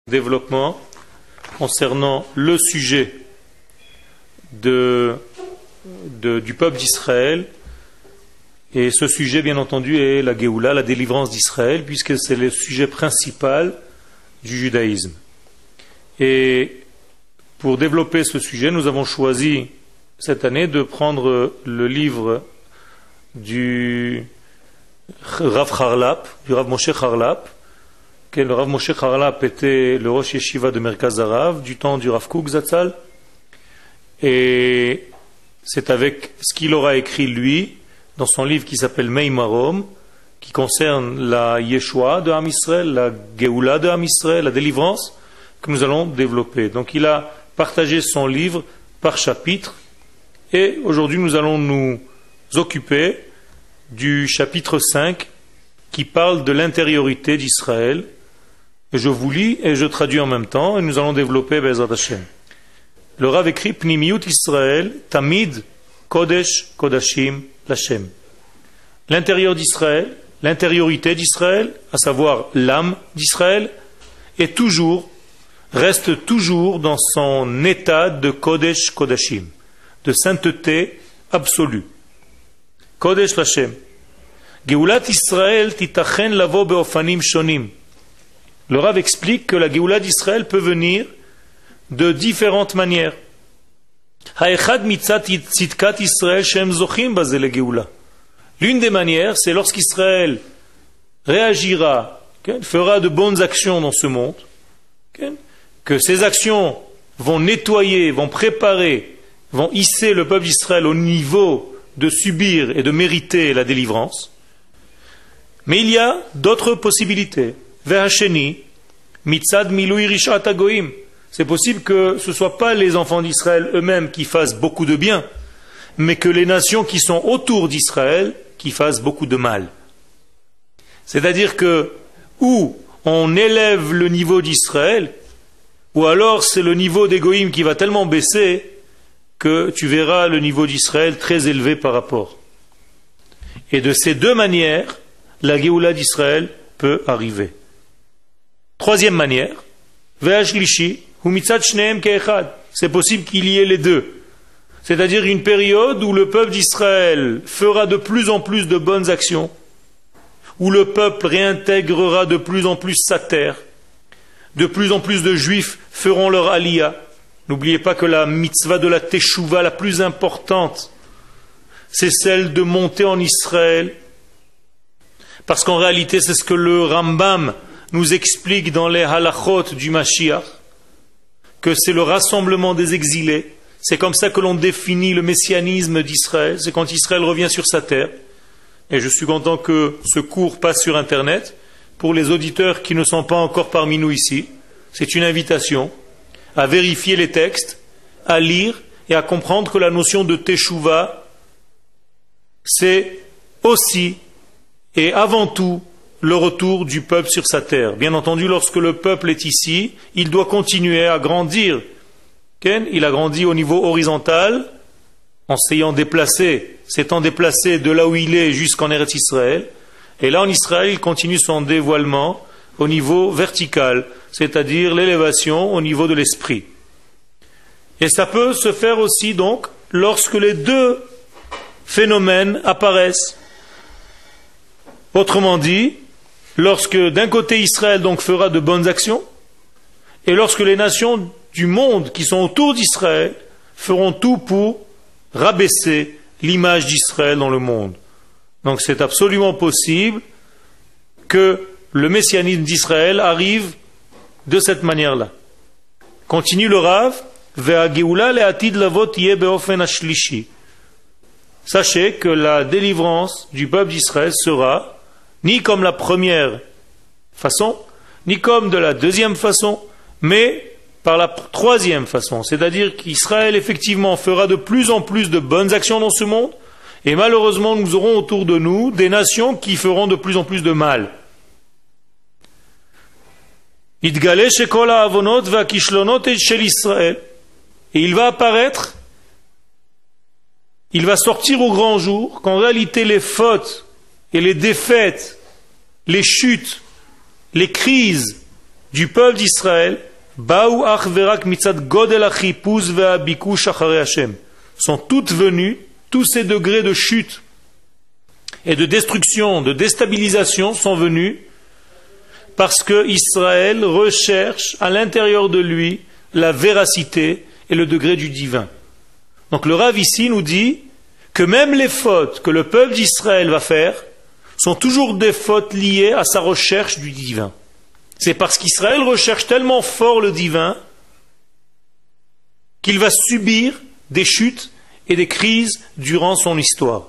Développement concernant le sujet du peuple d'Israël. Et ce sujet, bien entendu, est la Géoula, la délivrance d'Israël, puisque c'est le sujet principal du judaïsme. Et pour développer ce sujet, nous avons choisi cette année de prendre le livre du Rav Harlap, du Rav Moshe Harlap. Le Rav Moshe Harlap était le Rosh Yeshiva de Merkaz Harav du temps du Rav Kook Zatzal. Et c'est avec ce qu'il aura écrit lui dans son livre qui s'appelle Meimarom, qui concerne la Yeshua de Am Israël, la Géoula de Am Israël, la délivrance, que nous allons développer. Donc il a partagé son livre par chapitre, et aujourd'hui nous allons nous occuper du chapitre 5 qui parle de l'intériorité d'Israël. Et je vous lis et je traduis en même temps, et nous allons développer Be'ezrat Hashem. Le Rav écrit Pnimiyut Israël, Tamid Kodesh Kodashim Lashem. L'intérieur d'Israël, l'intériorité d'Israël, à savoir l'âme d'Israël, reste toujours dans son état de Kodesh Kodashim, de sainteté absolue. Kodesh Lashem. Géoulat Israël titachen lavo beofanim shonim. Le Rav explique que la Géoula d'Israël peut venir de différentes manières. L'une des manières, c'est lorsqu'Israël réagira, fera de bonnes actions dans ce monde, que ces actions vont nettoyer, vont préparer, vont hisser le peuple d'Israël au niveau de subir et de mériter la délivrance. Mais il y a d'autres possibilités. C'est possible que ce ne soit pas les enfants d'Israël eux-mêmes qui fassent beaucoup de bien, mais que les nations qui sont autour d'Israël qui fassent beaucoup de mal. C'est-à-dire que ou on élève le niveau d'Israël, ou alors c'est le niveau des Goïm qui va tellement baisser que tu verras le niveau d'Israël très élevé par rapport. Et de ces deux manières, la Géoula d'Israël peut arriver. Troisième manière, c'est possible qu'il y ait les deux. C'est-à-dire une période où le peuple d'Israël fera de plus en plus de bonnes actions, où le peuple réintégrera de plus en plus sa terre, de plus en plus de juifs feront leur aliyah. N'oubliez pas que la mitzvah de la teshuva la plus importante, c'est celle de monter en Israël, parce qu'en réalité c'est ce que le Rambam nous explique dans les halachot du Mashiach, que c'est le rassemblement des exilés. C'est comme ça que l'on définit le messianisme d'Israël, c'est quand Israël revient sur sa terre. Et je suis content que ce cours passe sur Internet. Pour les auditeurs qui ne sont pas encore parmi nous ici, c'est une invitation à vérifier les textes, à lire et à comprendre que la notion de Teshuvah, c'est aussi et avant tout le retour du peuple sur sa terre. Bien entendu, lorsque le peuple est ici, il doit continuer à grandir. Il a grandi au niveau horizontal, en s'étant déplacé de là où il est jusqu'en Eretz Israël. Et là, en Israël, il continue son dévoilement au niveau vertical, c'est-à-dire l'élévation au niveau de l'esprit. Et ça peut se faire aussi, donc, lorsque les deux phénomènes apparaissent. Autrement dit, lorsque d'un côté Israël donc fera de bonnes actions, et lorsque les nations du monde qui sont autour d'Israël feront tout pour rabaisser l'image d'Israël dans le monde. Donc c'est absolument possible que le messianisme d'Israël arrive de cette manière-là. Continue le Rav, sachez que la délivrance du peuple d'Israël sera ni comme la première façon, ni comme de la deuxième façon, mais par la troisième façon. C'est-à-dire qu'Israël, effectivement, fera de plus en plus de bonnes actions dans ce monde, et malheureusement, nous aurons autour de nous des nations qui feront de plus en plus de mal. Et il va apparaître, il va sortir au grand jour, qu'en réalité les fautes et les défaites, les chutes, les crises du peuple d'Israël, Baou ach verak mitzad godel achipuz ve'abikush acharei Hashem, sont toutes venues, tous ces degrés de chute et de destruction, de déstabilisation sont venus parce que Israël recherche à l'intérieur de lui la véracité et le degré du divin. Donc le Rav ici nous dit que même les fautes que le peuple d'Israël va faire sont toujours des fautes liées à sa recherche du divin. C'est parce qu'Israël recherche tellement fort le divin qu'il va subir des chutes et des crises durant son histoire.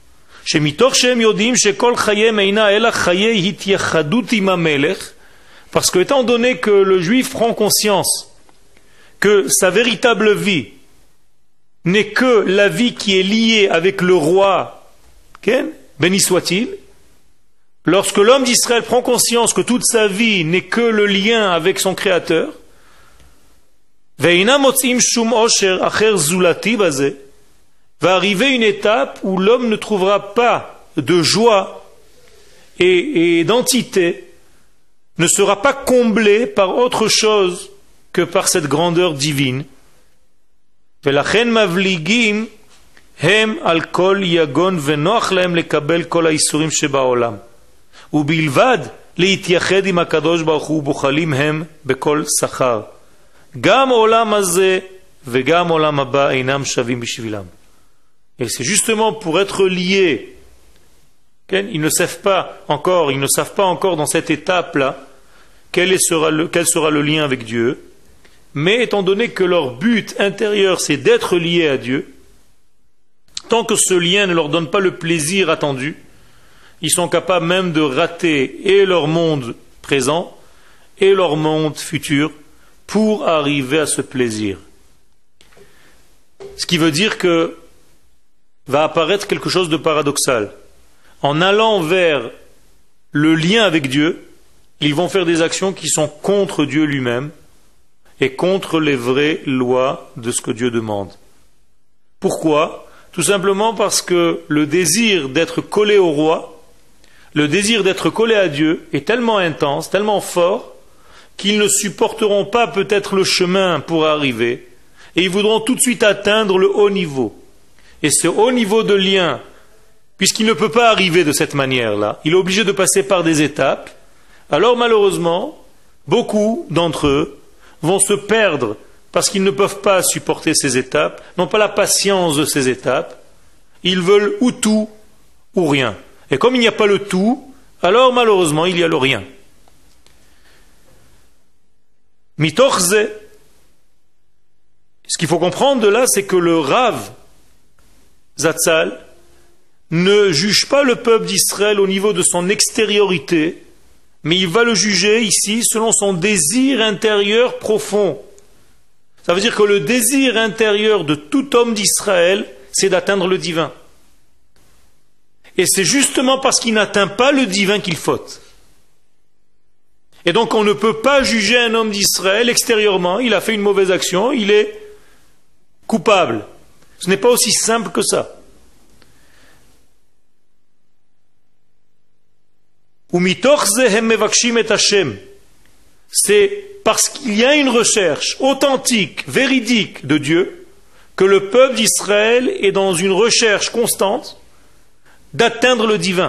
Parce que étant donné que le juif prend conscience que sa véritable vie n'est que la vie qui est liée avec le roi, béni soit-il, lorsque l'homme d'Israël prend conscience que toute sa vie n'est que le lien avec son Créateur, va arriver une étape où l'homme ne trouvera pas de joie et d'entité, ne sera pas comblé par autre chose que par cette grandeur divine. ולכן מבליגים הם על כל יגון ונוח להם לקבל כל האיסורים שבעולם. ובלבד להתייחד עם הקדוש ברוך הוא בוחלים הם בכל שכר. גם עולם הזה וגם עולם הבא אינם שווים בשבילם. Et c'est justement pour être liés, ils ne savent pas encore dans cette étape-là quel sera le lien avec Dieu. Mais étant donné que leur but intérieur c'est d'être liés à Dieu, tant que ce lien ne leur donne pas le plaisir attendu, ils sont capables même de rater et leur monde présent et leur monde futur pour arriver à ce plaisir. Ce qui veut dire que va apparaître quelque chose de paradoxal. En allant vers le lien avec Dieu, ils vont faire des actions qui sont contre Dieu lui-même et contre les vraies lois de ce que Dieu demande. Pourquoi ? Tout simplement parce que le désir d'être collé au roi, le désir d'être collé à Dieu est tellement intense, tellement fort, qu'ils ne supporteront pas peut-être le chemin pour arriver, et ils voudront tout de suite atteindre le haut niveau. Et ce haut niveau de lien, puisqu'il ne peut pas arriver de cette manière-là, il est obligé de passer par des étapes, alors malheureusement, beaucoup d'entre eux vont se perdre parce qu'ils ne peuvent pas supporter ces étapes, n'ont pas la patience de ces étapes. Ils veulent ou tout ou rien. Et comme il n'y a pas le tout, alors malheureusement il y a le rien. Mitorze, ce qu'il faut comprendre de là, c'est que le Rav Zatzal ne juge pas le peuple d'Israël au niveau de son extériorité, mais il va le juger ici selon son désir intérieur profond. Ça veut dire que le désir intérieur de tout homme d'Israël, c'est d'atteindre le divin. Et c'est justement parce qu'il n'atteint pas le divin qu'il faute. Et donc on ne peut pas juger un homme d'Israël extérieurement, il a fait une mauvaise action, il est coupable. Ce n'est pas aussi simple que ça. C'est parce qu'il y a une recherche authentique, véridique de Dieu, que le peuple d'Israël est dans une recherche constante d'atteindre le divin.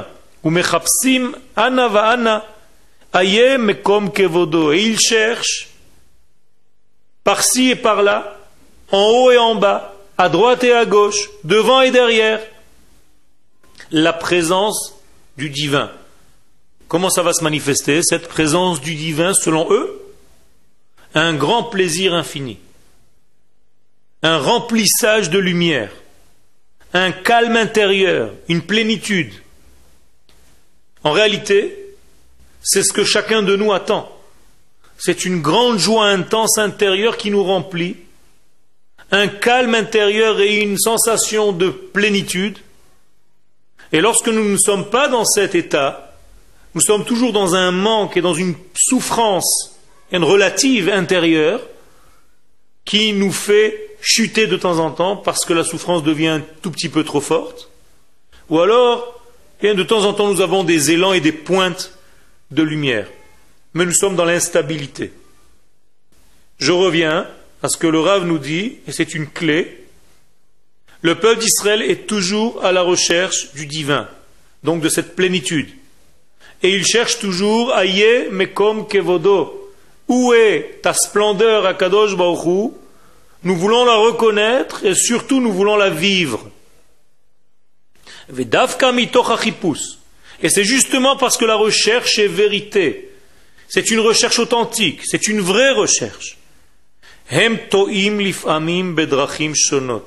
Et il cherche par-ci et par-là, en haut et en bas, à droite et à gauche, devant et derrière, la présence du divin. Comment ça va se manifester, cette présence du divin, selon eux? Un grand plaisir infini, un remplissage de lumière, un calme intérieur, une plénitude. En réalité, c'est ce que chacun de nous attend. C'est une grande joie intense intérieure qui nous remplit, un calme intérieur et une sensation de plénitude. Et lorsque nous ne sommes pas dans cet état, nous sommes toujours dans un manque et dans une souffrance, une relative intérieure, qui nous fait chuter de temps en temps parce que la souffrance devient un tout petit peu trop forte. Ou alors, de temps en temps, nous avons des élans et des pointes de lumière. mais nous sommes dans l'instabilité. Je reviens à ce que le Rav nous dit, et c'est une clé. Le peuple d'Israël est toujours à la recherche du divin, donc de cette plénitude. Et il cherche toujours Aye Mekom Kevodo. Où est ta splendeur, Akadosh Baruch Hu? Nous voulons la reconnaître et surtout nous voulons la vivre. Vedavka mitoch hachipus. Et c'est justement parce que la recherche est vérité. C'est une recherche authentique, c'est une vraie recherche. Hem to'im lif'amim bedrachim shonot.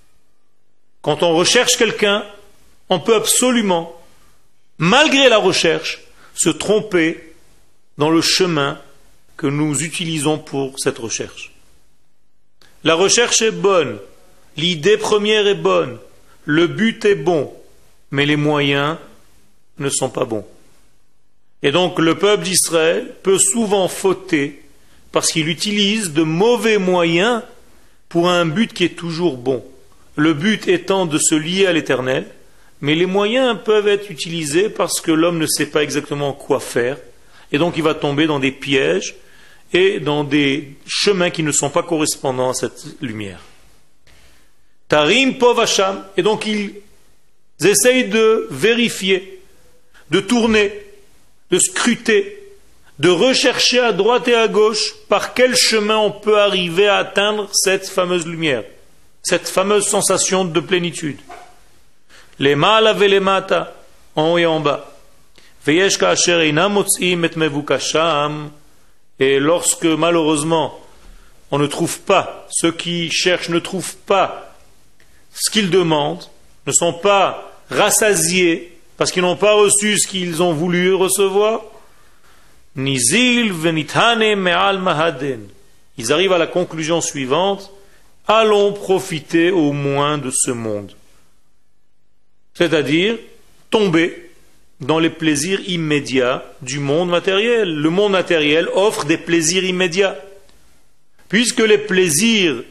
Quand on recherche quelqu'un, on peut absolument, malgré la recherche, se tromper dans le chemin que nous utilisons pour cette recherche. La recherche est bonne, l'idée première est bonne, le but est bon, mais les moyens ne sont pas bons. Et donc le peuple d'Israël peut souvent fauter parce qu'il utilise de mauvais moyens pour un but qui est toujours bon. Le but étant de se lier à l'Éternel, mais les moyens peuvent être utilisés parce que l'homme ne sait pas exactement quoi faire, et donc il va tomber dans des pièges et dans des chemins qui ne sont pas correspondants à cette lumière. Tarim povasham, et donc ils essayent de vérifier, de tourner, de scruter, de rechercher à droite et à gauche par quel chemin on peut arriver à atteindre cette fameuse lumière, cette fameuse sensation de plénitude. Les mala ve les mata, en haut et en bas. Veyesh ka'asher einam motzim et mevukasham. Et lorsque malheureusement on ne trouve pas, ceux qui cherchent ne trouvent pas ce qu'ils demandent, ne sont pas rassasiés parce qu'ils n'ont pas reçu ce qu'ils ont voulu recevoir, nizil venithane me'al mahaden. Ils arrivent à la conclusion suivante: allons profiter au moins de ce monde. C'est-à-dire tomber dans les plaisirs immédiats du monde matériel. Le monde matériel offre des plaisirs immédiats. Puisque les plaisirs,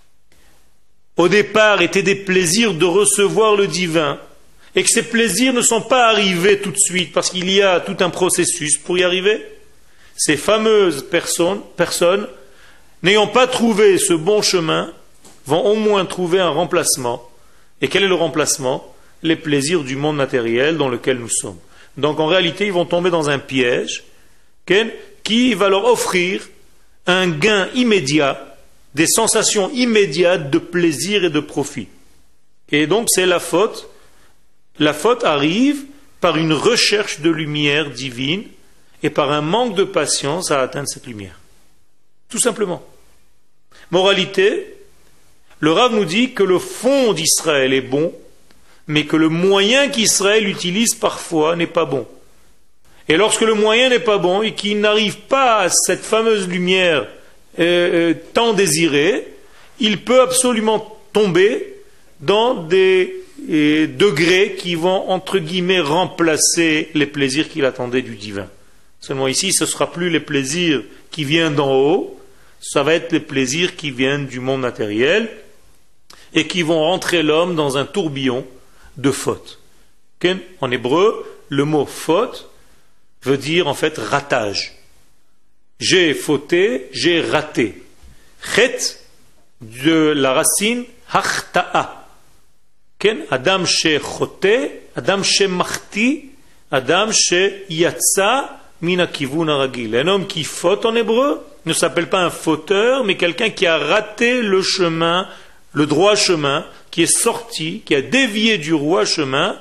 au départ, étaient des plaisirs de recevoir le divin, et que ces plaisirs ne sont pas arrivés tout de suite, parce qu'il y a tout un processus pour y arriver, ces fameuses personnes, n'ayant pas trouvé ce bon chemin, vont au moins trouver un remplacement. Et quel est le remplacement? Les plaisirs du monde matériel dans lequel nous sommes. Donc en réalité, ils vont tomber dans un piège qui va leur offrir un gain immédiat, des sensations immédiates de plaisir et de profit. Et donc c'est la faute. La faute arrive par une recherche de lumière divine et par un manque de patience à atteindre cette lumière. Tout simplement. Moralité, le Rav nous dit que le fond d'Israël est bon, mais que le moyen qu'Israël utilise parfois n'est pas bon. Et lorsque le moyen n'est pas bon et qu'il n'arrive pas à cette fameuse lumière tant désirée, il peut absolument tomber dans des degrés qui vont, entre guillemets, remplacer les plaisirs qu'il attendait du divin. Seulement ici, ce ne sera plus les plaisirs qui viennent d'en haut, ça va être les plaisirs qui viennent du monde matériel et qui vont rentrer l'homme dans un tourbillon de faute. En hébreu, le mot faute veut dire en fait ratage. J'ai fauté, j'ai raté. Chet de la racine hachta'a. Adam she chote, Adam she machti, Adam she yatsa mina kivun aragil. Un homme qui faute en hébreu ne s'appelle pas un fauteur, mais quelqu'un qui a raté le chemin, le droit chemin, qui est sorti, qui a dévié du droit chemin,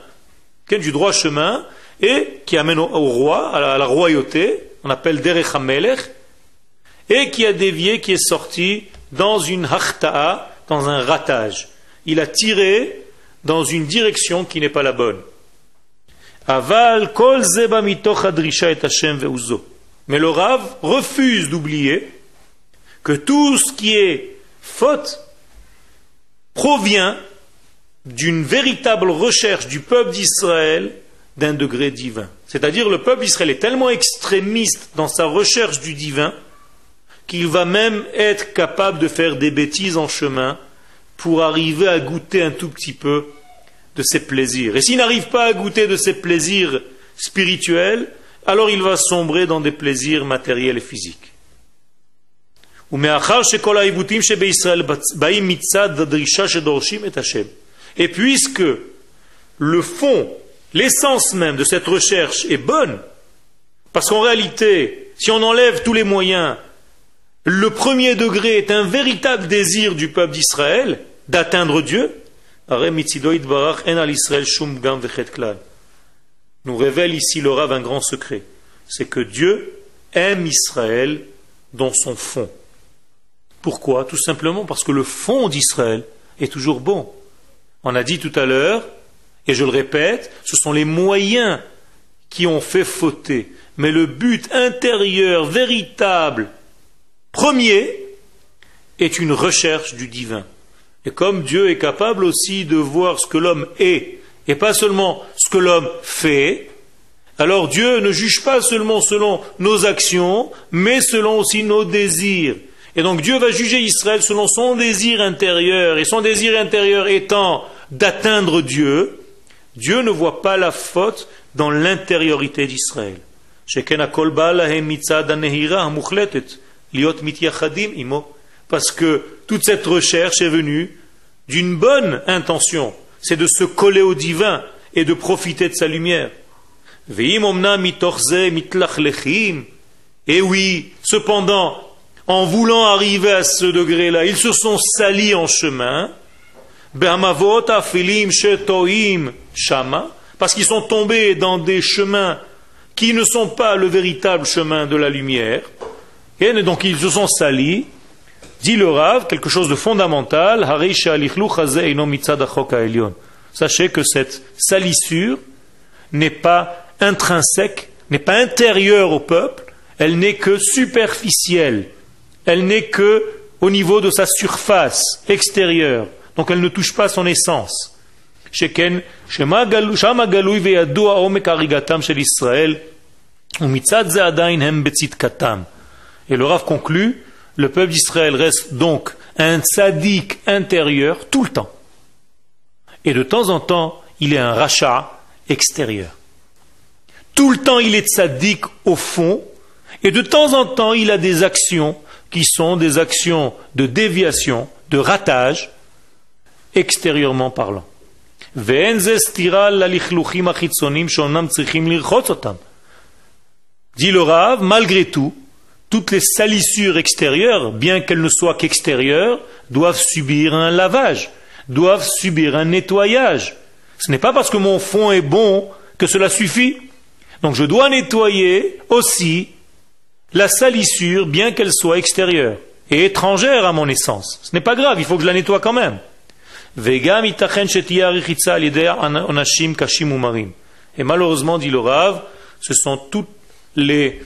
et qui amène au roi, à la royauté, on appelle Derech HaMelech, et qui a dévié, qui est sorti dans une hachta'a, dans un ratage. Il a tiré dans une direction qui n'est pas la bonne. Aval kol zeba mitoch hadrisha et Hashem veuzo. Mais le Rav refuse d'oublier que tout ce qui est faute provient d'une véritable recherche du peuple d'Israël d'un degré divin. C'est-à-dire le peuple d'Israël est tellement extrémiste dans sa recherche du divin qu'il va même être capable de faire des bêtises en chemin pour arriver à goûter un tout petit peu de ses plaisirs. Et s'il n'arrive pas à goûter de ses plaisirs spirituels, alors il va sombrer dans des plaisirs matériels et physiques. Et puisque le fond, l'essence même de cette recherche est bonne, parce qu'en réalité, si on enlève tous les moyens, le premier degré est un véritable désir du peuple d'Israël d'atteindre Dieu, nous révèle ici le Rav un grand secret. C'est que Dieu aime Israël dans son fond. Pourquoi? Tout simplement parce que le fond d'Israël est toujours bon. On a dit tout à l'heure, et je le répète, ce sont les moyens qui ont fait fauter. Mais le but intérieur, véritable, premier, est une recherche du divin. Et comme Dieu est capable aussi de voir ce que l'homme est, et pas seulement ce que l'homme fait, alors Dieu ne juge pas seulement selon nos actions, mais selon aussi nos désirs. Et donc Dieu va juger Israël selon son désir intérieur, et son désir intérieur étant d'atteindre Dieu, Dieu ne voit pas la faute dans l'intériorité d'Israël. Parce que toute cette recherche est venue d'une bonne intention, c'est de se coller au divin et de profiter de sa lumière. Et oui, cependant, en voulant arriver à ce degré-là, ils se sont salis en chemin, parce qu'ils sont tombés dans des chemins qui ne sont pas le véritable chemin de la lumière, et donc ils se sont salis. Dit le Rav, quelque chose de fondamental, sachez que cette salissure n'est pas intrinsèque, n'est pas intérieure au peuple, elle n'est que superficielle, elle n'est que au niveau de sa surface extérieure, donc elle ne touche pas son essence. Et le Rav conclut, le peuple d'Israël reste donc un tzaddik intérieur tout le temps. Et de temps en temps, il est un rachat extérieur. Tout le temps, il est tzaddik au fond. Et de temps en temps, il a des actions qui sont des actions de déviation, de ratage, extérieurement parlant. Dit le Rav, malgré tout, toutes les salissures extérieures, bien qu'elles ne soient qu'extérieures, doivent subir un lavage, doivent subir un nettoyage. Ce n'est pas parce que mon fond est bon que cela suffit. Donc je dois nettoyer aussi la salissure, bien qu'elle soit extérieure et étrangère à mon essence. Ce n'est pas grave, il faut que je la nettoie quand même. Et malheureusement, dit le Rav, ce sont toutes les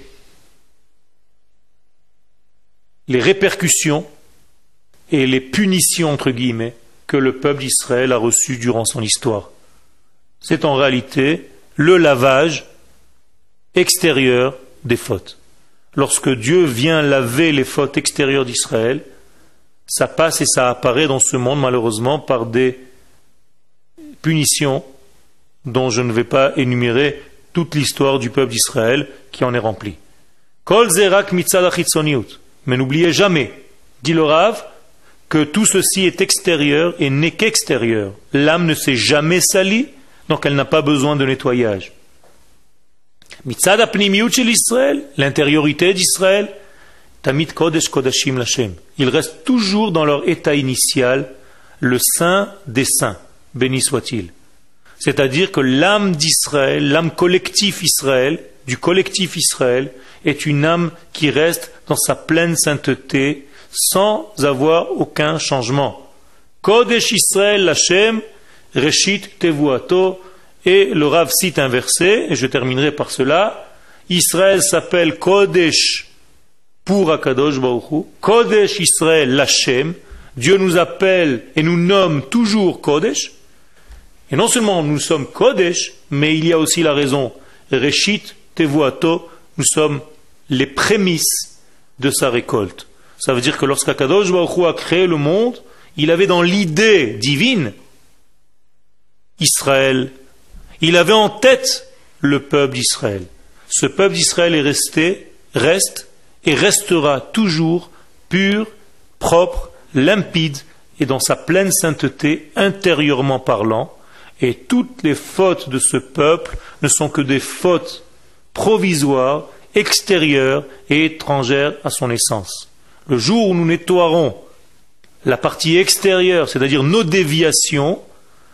répercussions et les punitions, entre guillemets, que le peuple d'Israël a reçues durant son histoire. C'est en réalité le lavage extérieur des fautes. Lorsque Dieu vient laver les fautes extérieures d'Israël, ça passe et ça apparaît dans ce monde, malheureusement, par des punitions dont je ne vais pas énumérer toute l'histoire du peuple d'Israël qui en est remplie. Kol zerak mitzad achitzoniut. Mais n'oubliez jamais, dit le Rav, que tout ceci est extérieur et n'est qu'extérieur. L'âme ne s'est jamais salie, donc elle n'a pas besoin de nettoyage. Mitzad apnimiut shel Israël, l'intériorité d'Israël, tamid kodesh kodashim l'Hashem. Ils restent toujours dans leur état initial, le saint des saints, béni soit-il. C'est-à-dire que l'âme d'Israël, l'âme collectif Israël, du collectif Israël, est une âme qui reste dans sa pleine sainteté sans avoir aucun changement. Kodesh Israël Hashem, Reshit Tevuato, et le Rav cite un verset, et je terminerai par cela. Israël s'appelle Kodesh pour Akadosh Baruch Hu, Kodesh Israël Hashem, Dieu nous appelle et nous nomme toujours Kodesh, et non seulement nous sommes Kodesh, mais il y a aussi la raison, Reshit Tevuato, nous sommes les prémices de sa récolte. Ça veut dire que lorsqu'Akadosh Baruch Hu a créé le monde, il avait dans l'idée divine Israël. Il avait en tête le peuple d'Israël. ce peuple d'Israël reste et restera toujours pur, propre, limpide et dans sa pleine sainteté, intérieurement parlant. Et toutes les fautes de ce peuple ne sont que des fautes provisoires, extérieures et étrangères à son essence. Le jour où nous nettoierons la partie extérieure, c'est-à-dire nos déviations,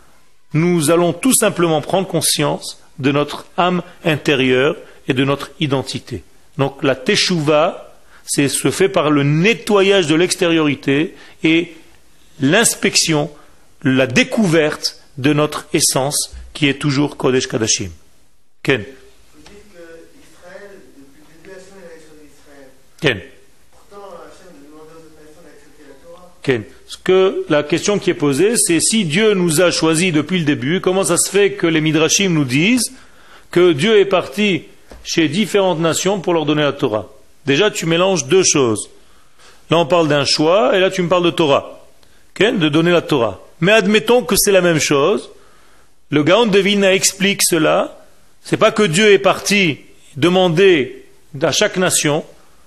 nous allons tout simplement prendre conscience de notre âme intérieure et de notre identité. Donc la teshuva, c'est se fait par le nettoyage de l'extériorité et l'inspection, la découverte de notre essence qui est toujours Kodesh Kadashim. Ken. Vous dites qu'Israël, depuis le début, a fait l'élection d'Israël. Ken. Pourtant, Hachem demandait aux autres nations d'accepter la Torah. Ken. La question qui est posée, c'est si Dieu nous a choisis depuis le début, comment ça se fait que les Midrashim nous disent que Dieu est parti chez différentes nations pour leur donner la Torah? Déjà, tu mélanges deux choses. Là, on parle d'un choix, et là, tu me parles de Torah. Ken, de donner la Torah. Mais admettons que c'est la même chose. Le Gaon de Vilna explique cela. C'est pas que Dieu est parti demander à chaque nation.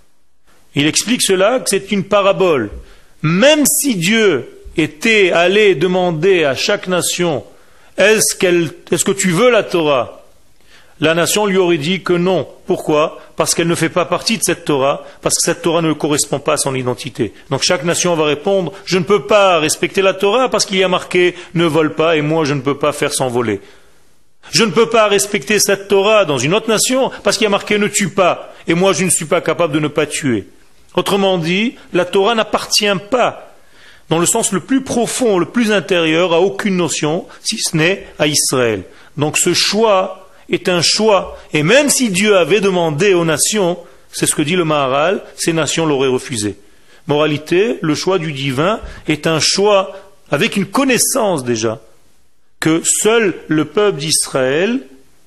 Il explique cela, que c'est une parabole. Même si Dieu était allé demander à chaque nation, est-ce que tu veux la Torah? La nation lui aurait dit que non. Pourquoi? Parce qu'elle ne fait pas partie de cette Torah, parce que cette Torah ne correspond pas à son identité. Donc chaque nation va répondre, je ne peux pas respecter la Torah parce qu'il y a marqué ne vole pas et moi je ne peux pas faire sans voler. Je ne peux pas respecter cette Torah dans une autre nation parce qu'il y a marqué ne tue pas et moi je ne suis pas capable de ne pas tuer. Autrement dit, la Torah n'appartient pas, dans le sens le plus profond, le plus intérieur, à aucune notion, si ce n'est à Israël. Donc ce choix est un choix. Et même si Dieu avait demandé aux nations, c'est ce que dit le Maharal, ces nations l'auraient refusé. Moralité, le choix du divin est un choix avec une connaissance déjà, que seul le peuple d'Israël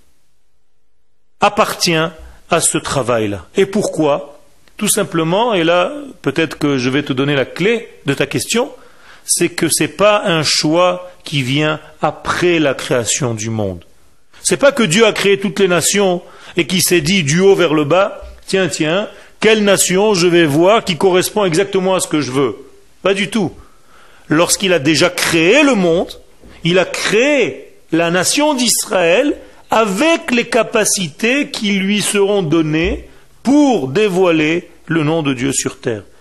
appartient à ce travail-là. Et pourquoi? Tout simplement, et là, peut-être que je vais te donner la clé de ta question, c'est que ce n'est pas un choix qui vient après la création du monde. C'est pas que Dieu a créé toutes les nations et qui s'est dit du haut vers le bas, tiens, quelle nation je vais voir qui correspond exactement à ce que je veux. Pas du tout. Lorsqu'il a déjà créé le monde, il a créé la nation d'Israël avec les capacités qui lui seront données pour dévoiler le nom de Dieu sur terre.